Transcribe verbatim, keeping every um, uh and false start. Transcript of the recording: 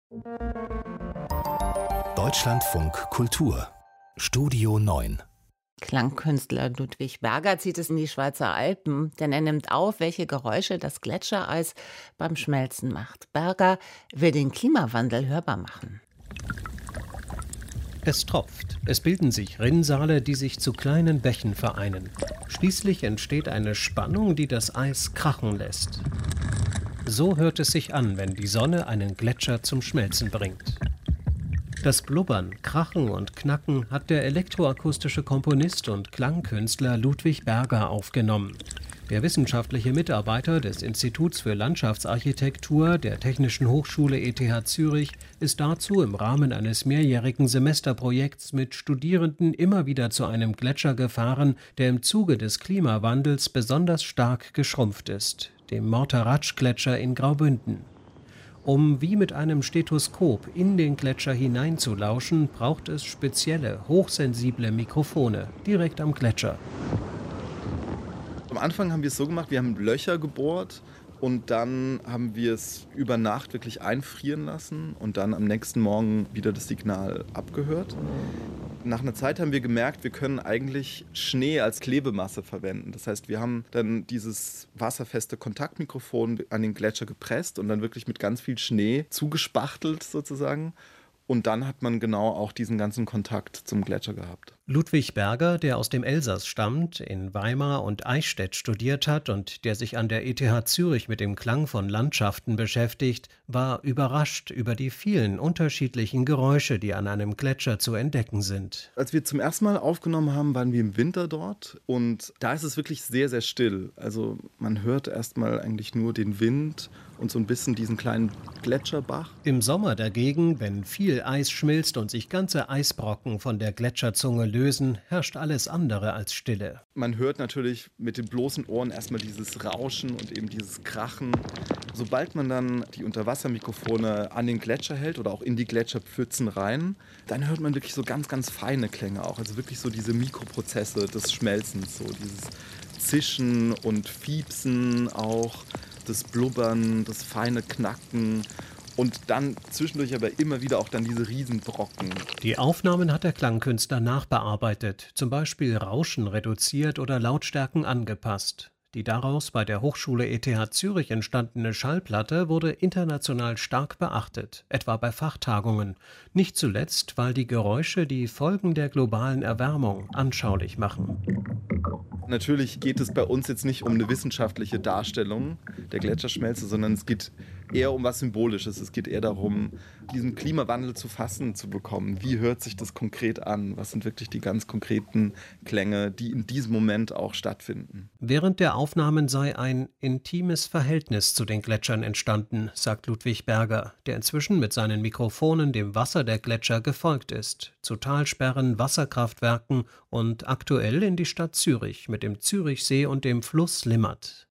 Deutschlandfunk Kultur Studio neun. Klangkünstler Ludwig Berger zieht es in die Schweizer Alpen, denn er nimmt auf, welche Geräusche das Gletschereis beim Schmelzen macht. Berger will den Klimawandel hörbar machen. Es tropft. Es bilden sich Rinnsale, die sich zu kleinen Bächen vereinen. Schließlich entsteht eine Spannung, die das Eis krachen lässt. So hört es sich an, wenn die Sonne einen Gletscher zum Schmelzen bringt. Das Blubbern, Krachen und Knacken hat der elektroakustische Komponist und Klangkünstler Ludwig Berger aufgenommen. Der wissenschaftliche Mitarbeiter des Instituts für Landschaftsarchitektur der Technischen Hochschule E T H Zürich ist dazu im Rahmen eines mehrjährigen Semesterprojekts mit Studierenden immer wieder zu einem Gletscher gefahren, der im Zuge des Klimawandels besonders stark geschrumpft ist, dem Morteratsch-Gletscher in Graubünden. Um wie mit einem Stethoskop in den Gletscher hineinzulauschen, braucht es spezielle, hochsensible Mikrofone direkt am Gletscher. Am Anfang haben wir es so gemacht, wir haben Löcher gebohrt und dann haben wir es über Nacht wirklich einfrieren lassen und dann am nächsten Morgen wieder das Signal abgehört. Nach einer Zeit haben wir gemerkt, wir können eigentlich Schnee als Klebemasse verwenden. Das heißt, wir haben dann dieses wasserfeste Kontaktmikrofon an den Gletscher gepresst und dann wirklich mit ganz viel Schnee zugespachtelt sozusagen. Und dann hat man genau auch diesen ganzen Kontakt zum Gletscher gehabt. Ludwig Berger, der aus dem Elsass stammt, in Weimar und Eichstätt studiert hat und der sich an der E T H Zürich mit dem Klang von Landschaften beschäftigt, war überrascht über die vielen unterschiedlichen Geräusche, die an einem Gletscher zu entdecken sind. Als wir zum ersten Mal aufgenommen haben, waren wir im Winter dort und da ist es wirklich sehr, sehr still. Also man hört erstmal eigentlich nur den Wind und so ein bisschen diesen kleinen Gletscherbach. Im Sommer dagegen, wenn viel Eis schmilzt und sich ganze Eisbrocken von der Gletscherzunge lösen, herrscht alles andere als Stille. Man hört natürlich mit den bloßen Ohren erstmal dieses Rauschen und eben dieses Krachen. Sobald man dann die Unterwassermikrofone an den Gletscher hält oder auch in die Gletscherpfützen rein, dann hört man wirklich so ganz, ganz feine Klänge auch. Also wirklich so diese Mikroprozesse des Schmelzens, so dieses Zischen und Fiepsen auch, das Blubbern, das feine Knacken. Und dann zwischendurch aber immer wieder auch dann diese Riesenbrocken. Die Aufnahmen hat der Klangkünstler nachbearbeitet, zum Beispiel Rauschen reduziert oder Lautstärken angepasst. Die daraus bei der Hochschule E T H Zürich entstandene Schallplatte wurde international stark beachtet, etwa bei Fachtagungen. Nicht zuletzt, weil die Geräusche die Folgen der globalen Erwärmung anschaulich machen. Natürlich geht es bei uns jetzt nicht um eine wissenschaftliche Darstellung der Gletscherschmelze, sondern es geht eher um was Symbolisches. Es geht eher darum, diesen Klimawandel zu fassen zu bekommen. Wie hört sich das konkret an? Was sind wirklich die ganz konkreten Klänge, die in diesem Moment auch stattfinden? Während der Aufnahmen sei ein intimes Verhältnis zu den Gletschern entstanden, sagt Ludwig Berger, der inzwischen mit seinen Mikrofonen dem Wasser der Gletscher gefolgt ist, zu Talsperren, Wasserkraftwerken und aktuell in die Stadt Zürich mit dem Zürichsee und dem Fluss Limmat.